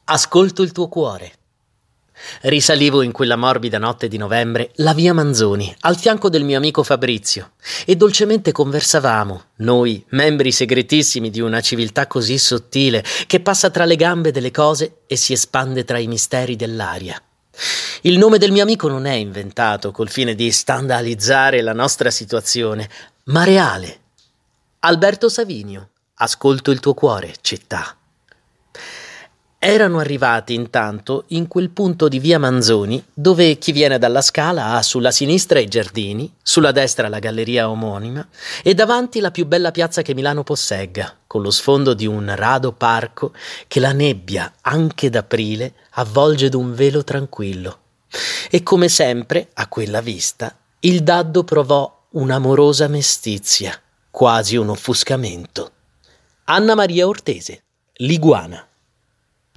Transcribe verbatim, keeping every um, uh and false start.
Ascolto il tuo cuore. Risalivo in quella morbida notte di novembre la via Manzoni, al fianco del mio amico Fabrizio, e dolcemente conversavamo, noi, membri segretissimi di una civiltà così sottile che passa tra le gambe delle cose e si espande tra i misteri dell'aria. Il nome del mio amico non è inventato col fine di standalizzare la nostra situazione, ma reale. Alberto Savinio, ascolto il tuo cuore, città. Erano arrivati intanto in quel punto di via Manzoni dove chi viene dalla Scala ha sulla sinistra i giardini, sulla destra la galleria omonima e davanti la più bella piazza che Milano possegga, con lo sfondo di un rado parco che la nebbia, anche d'aprile, avvolge d'un velo tranquillo. E come sempre, a quella vista, il daddo provò un'amorosa mestizia, quasi un offuscamento. Anna Maria Ortese, l'iguana.